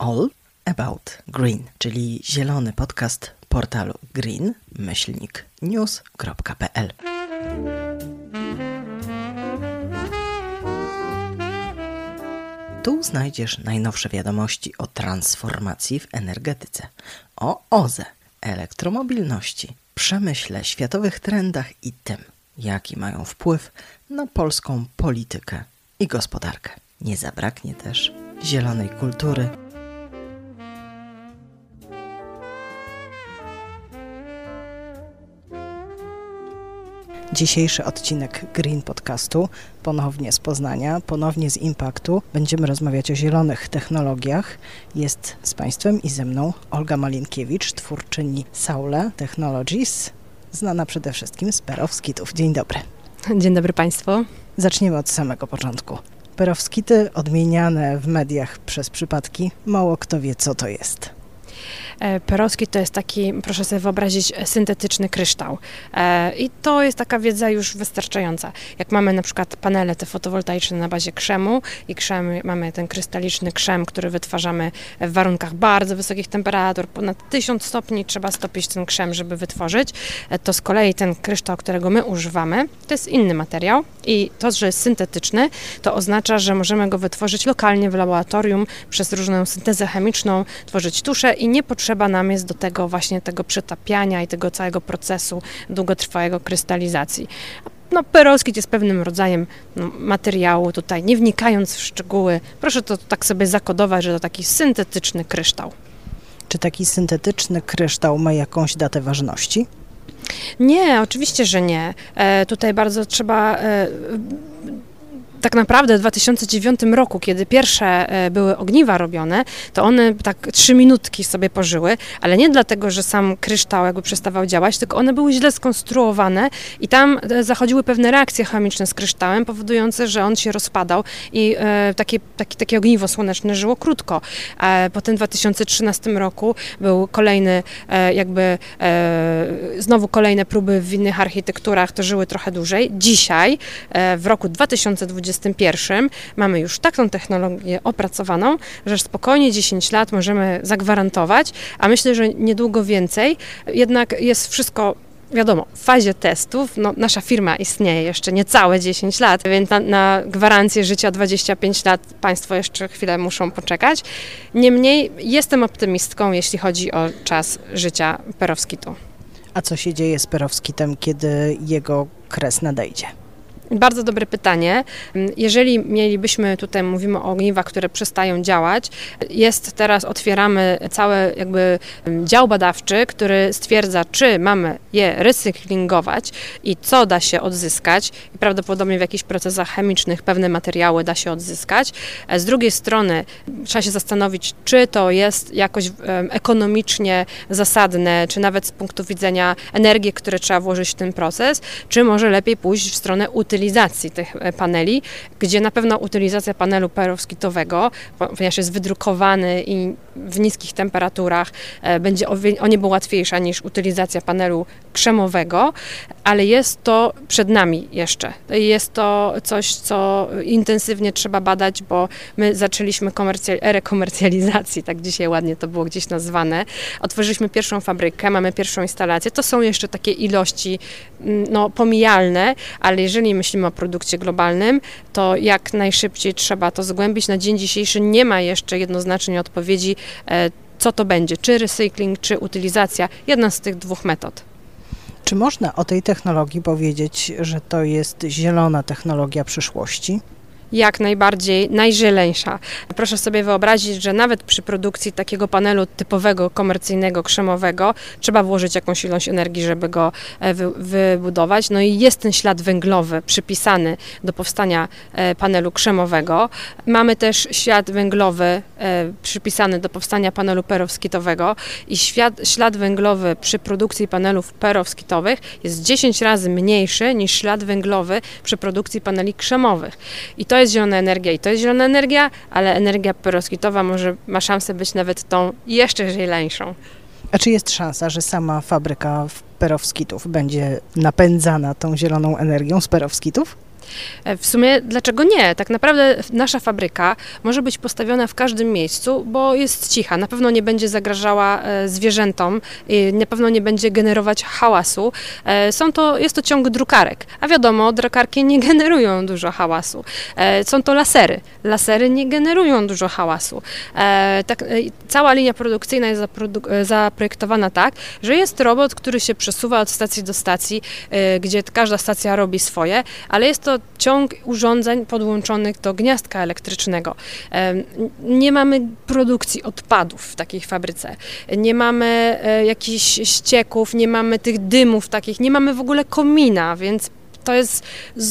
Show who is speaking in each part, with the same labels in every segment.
Speaker 1: All About Green, czyli zielony podcast portalu green-news.pl. Tu znajdziesz najnowsze wiadomości o transformacji w energetyce, o OZE, elektromobilności, przemyśle, światowych trendach i tym, jaki mają wpływ na polską politykę i gospodarkę. Nie zabraknie też zielonej kultury. Dzisiejszy odcinek Green Podcastu, ponownie z Poznania, ponownie z Impaktu. Będziemy rozmawiać o zielonych technologiach. Jest z Państwem i ze mną Olga Malinkiewicz, twórczyni Saule Technologies, znana przede wszystkim z perowskitów. Dzień dobry.
Speaker 2: Dzień dobry Państwu.
Speaker 1: Zaczniemy od samego początku. Perowskity odmieniane w mediach przez przypadki, mało kto wie, co to jest.
Speaker 2: Perowskit to jest taki, proszę sobie wyobrazić, syntetyczny kryształ. I to jest taka wiedza już wystarczająca. Jak mamy na przykład panele te fotowoltaiczne na bazie krzemu i mamy ten krystaliczny krzem, który wytwarzamy w warunkach bardzo wysokich temperatur, ponad 1000 stopni trzeba stopić ten krzem, żeby wytworzyć. To z kolei ten kryształ, którego my używamy, to jest inny materiał i to, że jest syntetyczny, to oznacza, że możemy go wytworzyć lokalnie w laboratorium przez różną syntezę chemiczną, tworzyć tusze i nie potrzeba nam jest do tego właśnie tego przetapiania i tego całego procesu długotrwałego krystalizacji. Perowskit jest pewnym rodzajem materiału, tutaj nie wnikając w szczegóły, proszę to tak sobie zakodować, że to taki syntetyczny kryształ.
Speaker 1: Czy taki syntetyczny kryształ ma jakąś datę ważności?
Speaker 2: Nie, oczywiście, że nie. Tutaj bardzo trzeba... Tak naprawdę w 2009 roku, kiedy pierwsze były ogniwa robione, to one tak 3 minutki sobie pożyły, ale nie dlatego, że sam kryształ jakby przestawał działać, tylko one były źle skonstruowane i tam zachodziły pewne reakcje chemiczne z kryształem, powodujące, że on się rozpadał i takie ogniwo słoneczne żyło krótko. Potem w 2013 roku był kolejny znowu kolejne próby w innych architekturach, to żyły trochę dłużej. Dzisiaj, w roku 2021 mamy już taką technologię opracowaną, że spokojnie 10 lat możemy zagwarantować, a myślę, że niedługo więcej. Jednak jest wszystko, wiadomo, w fazie testów. Nasza firma istnieje jeszcze niecałe 10 lat, więc na gwarancję życia 25 lat Państwo jeszcze chwilę muszą poczekać. Niemniej jestem optymistką, jeśli chodzi o czas życia perowskitu.
Speaker 1: A co się dzieje z perowskitem, kiedy jego kres nadejdzie?
Speaker 2: Bardzo dobre pytanie. Jeżeli mówimy o ogniwach, które przestają działać, otwieramy cały dział badawczy, który stwierdza, czy mamy je recyklingować i co da się odzyskać. I prawdopodobnie w jakichś procesach chemicznych pewne materiały da się odzyskać. Z drugiej strony trzeba się zastanowić, czy to jest jakoś ekonomicznie zasadne, czy nawet z punktu widzenia energii, które trzeba włożyć w ten proces, czy może lepiej pójść w stronę utylizacji tych paneli, gdzie na pewno utylizacja panelu perowskitowego, ponieważ jest wydrukowany i w niskich temperaturach, będzie o niebo łatwiejsza niż utylizacja panelu krzemowego, ale jest to przed nami jeszcze. Jest to coś, co intensywnie trzeba badać, bo my zaczęliśmy erę komercjalizacji, tak dzisiaj ładnie to było gdzieś nazwane. Otworzyliśmy pierwszą fabrykę, mamy pierwszą instalację. To są jeszcze takie ilości pomijalne, ale jeżeli myślimy o produkcie globalnym, to jak najszybciej trzeba to zgłębić. Na dzień dzisiejszy nie ma jeszcze jednoznacznej odpowiedzi, co to będzie, czy recykling, czy utylizacja, jedna z tych dwóch metod.
Speaker 1: Czy można o tej technologii powiedzieć, że to jest zielona technologia przyszłości?
Speaker 2: Jak najbardziej najzieleńsza. Proszę sobie wyobrazić, że nawet przy produkcji takiego panelu typowego, komercyjnego, krzemowego trzeba włożyć jakąś ilość energii, żeby go wybudować. No i jest ten ślad węglowy przypisany do powstania panelu krzemowego. Mamy też ślad węglowy przypisany do powstania panelu perowskitowego i ślad węglowy przy produkcji panelów perowskitowych jest 10 razy mniejszy niż ślad węglowy przy produkcji paneli krzemowych. I to jest zielona energia i to jest zielona energia, ale energia perowskitowa ma szansę być nawet tą jeszcze zieleńszą.
Speaker 1: A czy jest szansa, że sama fabryka perowskitów będzie napędzana tą zieloną energią z perowskitów?
Speaker 2: W sumie dlaczego nie? Tak naprawdę nasza fabryka może być postawiona w każdym miejscu, bo jest cicha. Na pewno nie będzie zagrażała zwierzętom, na pewno nie będzie generować hałasu. Jest to ciąg drukarek, a wiadomo, drukarki nie generują dużo hałasu. Są to lasery. Lasery nie generują dużo hałasu. Cała linia produkcyjna jest zaprojektowana tak, że jest robot, który się przesuwa od stacji do stacji, gdzie każda stacja robi swoje, ale jest to ciąg urządzeń podłączonych do gniazdka elektrycznego. Nie mamy produkcji odpadów w takiej fabryce. Nie mamy jakichś ścieków, nie mamy tych dymów takich, nie mamy w ogóle komina, więc to jest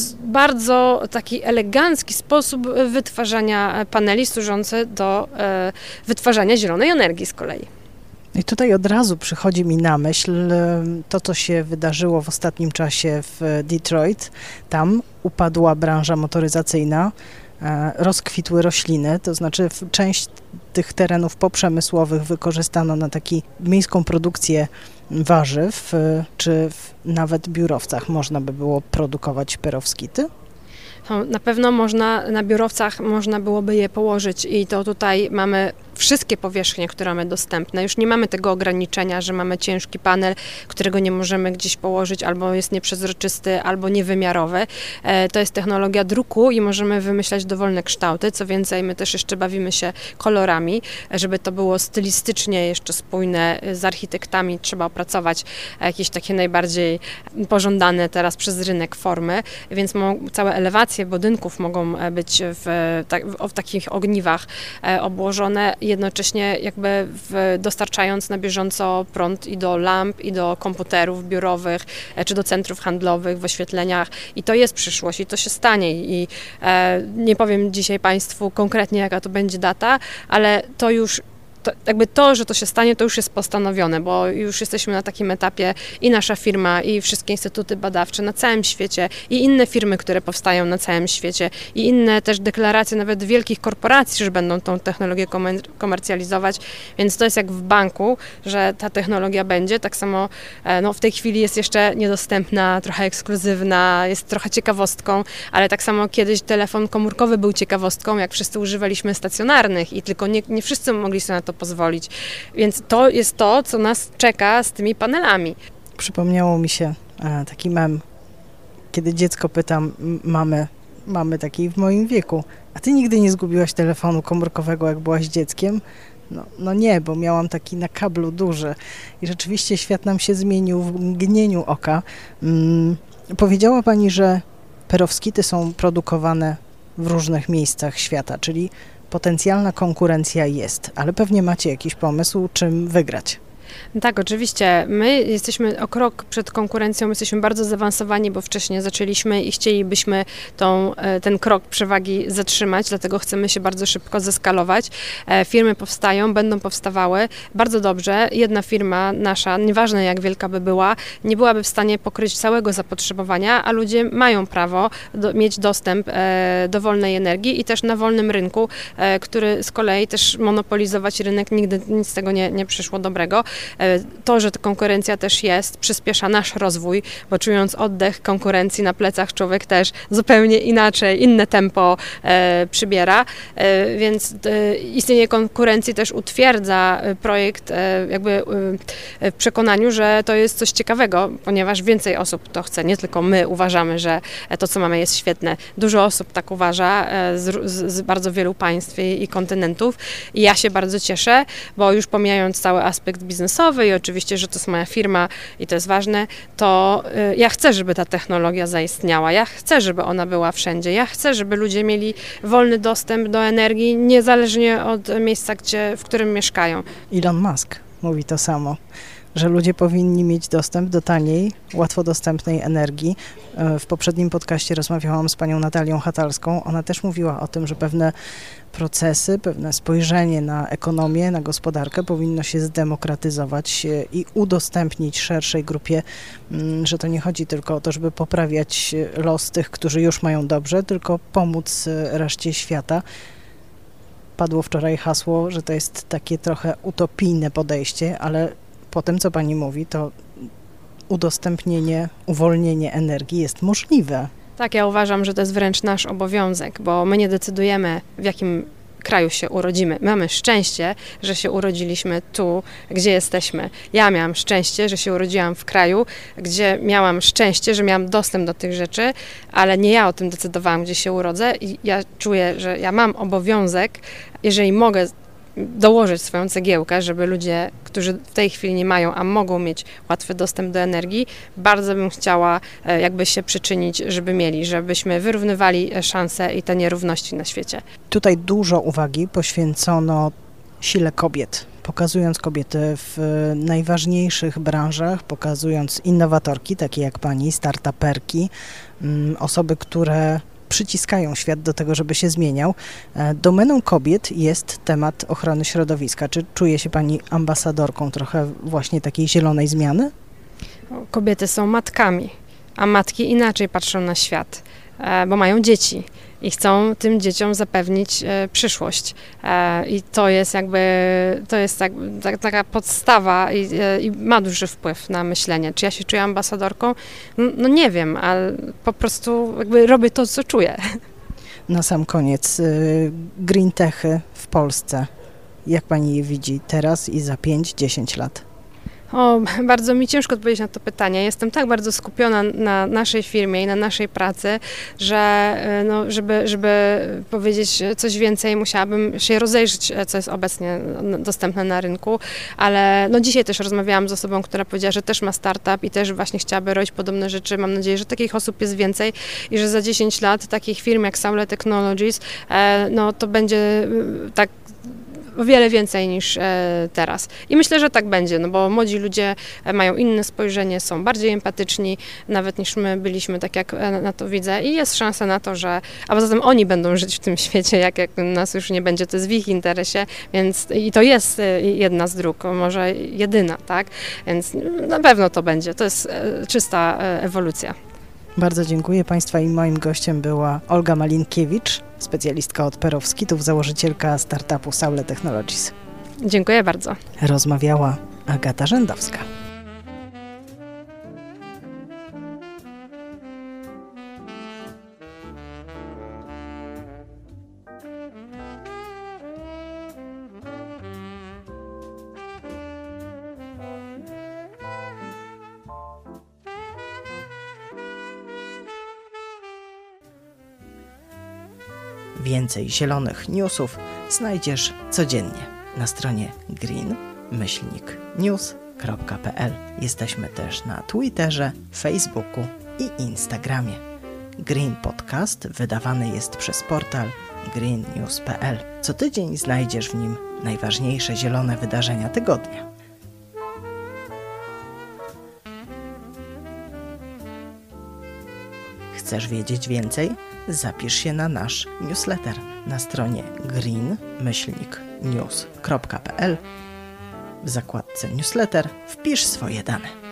Speaker 2: bardzo taki elegancki sposób wytwarzania paneli służący do wytwarzania zielonej energii z kolei.
Speaker 1: I tutaj od razu przychodzi mi na myśl to, co się wydarzyło w ostatnim czasie w Detroit. Tam upadła branża motoryzacyjna, rozkwitły rośliny, to znaczy część tych terenów poprzemysłowych wykorzystano na miejską produkcję warzyw, czy nawet biurowcach można by było produkować perowskity?
Speaker 2: Na pewno na biurowcach można byłoby je położyć i to tutaj mamy wszystkie powierzchnie, które mamy dostępne. Już nie mamy tego ograniczenia, że mamy ciężki panel, którego nie możemy gdzieś położyć, albo jest nieprzezroczysty, albo niewymiarowy. To jest technologia druku i możemy wymyślać dowolne kształty. Co więcej, my też jeszcze bawimy się kolorami, żeby to było stylistycznie jeszcze spójne z architektami. Trzeba opracować jakieś takie najbardziej pożądane teraz przez rynek formy, więc całe elewacje budynków mogą być w takich ogniwach obłożone, jednocześnie dostarczając na bieżąco prąd i do lamp, i do komputerów biurowych, czy do centrów handlowych w oświetleniach. I to jest przyszłość i to się stanie. I nie powiem dzisiaj Państwu konkretnie, jaka to będzie data, ale to już że to się stanie, to już jest postanowione, bo już jesteśmy na takim etapie i nasza firma, i wszystkie instytuty badawcze na całym świecie, i inne firmy, które powstają na całym świecie, i inne też deklaracje nawet wielkich korporacji, że będą tą technologię komercjalizować, więc to jest jak w banku, że ta technologia będzie, tak samo w tej chwili jest jeszcze niedostępna, trochę ekskluzywna, jest trochę ciekawostką, ale tak samo kiedyś telefon komórkowy był ciekawostką, jak wszyscy używaliśmy stacjonarnych i tylko nie wszyscy mogli sobie na to pozwolić. Więc to jest to, co nas czeka z tymi panelami.
Speaker 1: Przypomniało mi się taki mem, kiedy dziecko pyta mamy takiej w moim wieku, a ty nigdy nie zgubiłaś telefonu komórkowego, jak byłaś dzieckiem? No nie, bo miałam taki na kablu duży i rzeczywiście świat nam się zmienił w mgnieniu oka. Powiedziała Pani, że perowskity są produkowane w różnych miejscach świata, czyli potencjalna konkurencja jest, ale pewnie macie jakiś pomysł, czym wygrać.
Speaker 2: Tak, oczywiście. My jesteśmy o krok przed konkurencją, jesteśmy bardzo zaawansowani, bo wcześniej zaczęliśmy i chcielibyśmy ten krok przewagi zatrzymać, dlatego chcemy się bardzo szybko zeskalować. Firmy powstają, będą powstawały. Bardzo dobrze. Jedna firma nasza, nieważne jak wielka by była, nie byłaby w stanie pokryć całego zapotrzebowania, a ludzie mają prawo mieć dostęp do wolnej energii i też na wolnym rynku, który z kolei też monopolizować rynek, nigdy nic z tego nie przyszło dobrego. To, że ta konkurencja też jest, przyspiesza nasz rozwój, bo czując oddech konkurencji na plecach człowiek też zupełnie inaczej, inne tempo przybiera, więc istnienie konkurencji też utwierdza projekt w przekonaniu, że to jest coś ciekawego, ponieważ więcej osób to chce, nie tylko my uważamy, że to, co mamy, jest świetne. Dużo osób tak uważa z bardzo wielu państw i kontynentów i ja się bardzo cieszę, bo już pomijając cały aspekt biznesowy i oczywiście, że to jest moja firma i to jest ważne, to ja chcę, żeby ta technologia zaistniała. Ja chcę, żeby ona była wszędzie. Ja chcę, żeby ludzie mieli wolny dostęp do energii, niezależnie od miejsca, w którym mieszkają.
Speaker 1: Elon Musk mówi to samo, że ludzie powinni mieć dostęp do taniej, łatwo dostępnej energii. W poprzednim podcaście rozmawiałam z panią Natalią Hatalską. Ona też mówiła o tym, że pewne procesy, pewne spojrzenie na ekonomię, na gospodarkę powinno się zdemokratyzować i udostępnić szerszej grupie, że to nie chodzi tylko o to, żeby poprawiać los tych, którzy już mają dobrze, tylko pomóc reszcie świata. Padło wczoraj hasło, że to jest takie trochę utopijne podejście, ale po tym, co pani mówi, to udostępnienie, uwolnienie energii jest możliwe.
Speaker 2: Tak, ja uważam, że to jest wręcz nasz obowiązek, bo my nie decydujemy, w jakim kraju się urodzimy. Mamy szczęście, że się urodziliśmy tu, gdzie jesteśmy. Ja miałam szczęście, że się urodziłam w kraju, gdzie miałam szczęście, że miałam dostęp do tych rzeczy, ale nie ja o tym decydowałam, gdzie się urodzę i ja czuję, że ja mam obowiązek, jeżeli mogę dołożyć swoją cegiełkę, żeby ludzie, którzy w tej chwili nie mają, a mogą mieć łatwy dostęp do energii, bardzo bym chciała jakby się przyczynić, żeby mieli, żebyśmy wyrównywali szanse i te nierówności na świecie.
Speaker 1: Tutaj dużo uwagi poświęcono sile kobiet, pokazując kobiety w najważniejszych branżach, pokazując innowatorki, takie jak pani, startuperki, osoby, które przyciskają świat do tego, żeby się zmieniał. Domeną kobiet jest temat ochrony środowiska. Czy czuje się pani ambasadorką trochę właśnie takiej zielonej zmiany?
Speaker 2: Kobiety są matkami, a matki inaczej patrzą na świat, bo mają dzieci i chcą tym dzieciom zapewnić przyszłość. I to jest taka podstawa i ma duży wpływ na myślenie. Czy ja się czuję ambasadorką? No nie wiem, ale po prostu jakby robię to, co czuję.
Speaker 1: Na sam koniec, green techy w Polsce. Jak pani je widzi teraz i za 5-10 lat?
Speaker 2: Bardzo mi ciężko odpowiedzieć na to pytanie. Jestem tak bardzo skupiona na naszej firmie i na naszej pracy, że żeby powiedzieć coś więcej, musiałabym się rozejrzeć, co jest obecnie dostępne na rynku, ale dzisiaj też rozmawiałam z osobą, która powiedziała, że też ma startup i też właśnie chciałaby robić podobne rzeczy. Mam nadzieję, że takich osób jest więcej i że za 10 lat takich firm jak Saule Technologies, to będzie tak o wiele więcej niż teraz. I myślę, że tak będzie, bo młodzi ludzie mają inne spojrzenie, są bardziej empatyczni, nawet niż my byliśmy, tak jak na to widzę. I jest szansa na to, a poza tym oni będą żyć w tym świecie, jak nas już nie będzie, to jest w ich interesie, więc i to jest jedna z dróg, może jedyna, tak? Więc na pewno to będzie, to jest czysta ewolucja.
Speaker 1: Bardzo dziękuję Państwa i moim gościem była Olga Malinkiewicz, specjalistka od perowskitów, założycielka startupu Saule Technologies.
Speaker 2: Dziękuję bardzo.
Speaker 1: Rozmawiała Agata Rzędowska. Więcej zielonych newsów znajdziesz codziennie na stronie green-news.pl. Jesteśmy też na Twitterze, Facebooku i Instagramie. Green Podcast wydawany jest przez portal greennews.pl. Co tydzień znajdziesz w nim najważniejsze zielone wydarzenia tygodnia. Chcesz wiedzieć więcej? Zapisz się na nasz newsletter na stronie green-news.pl. W zakładce newsletter wpisz swoje dane.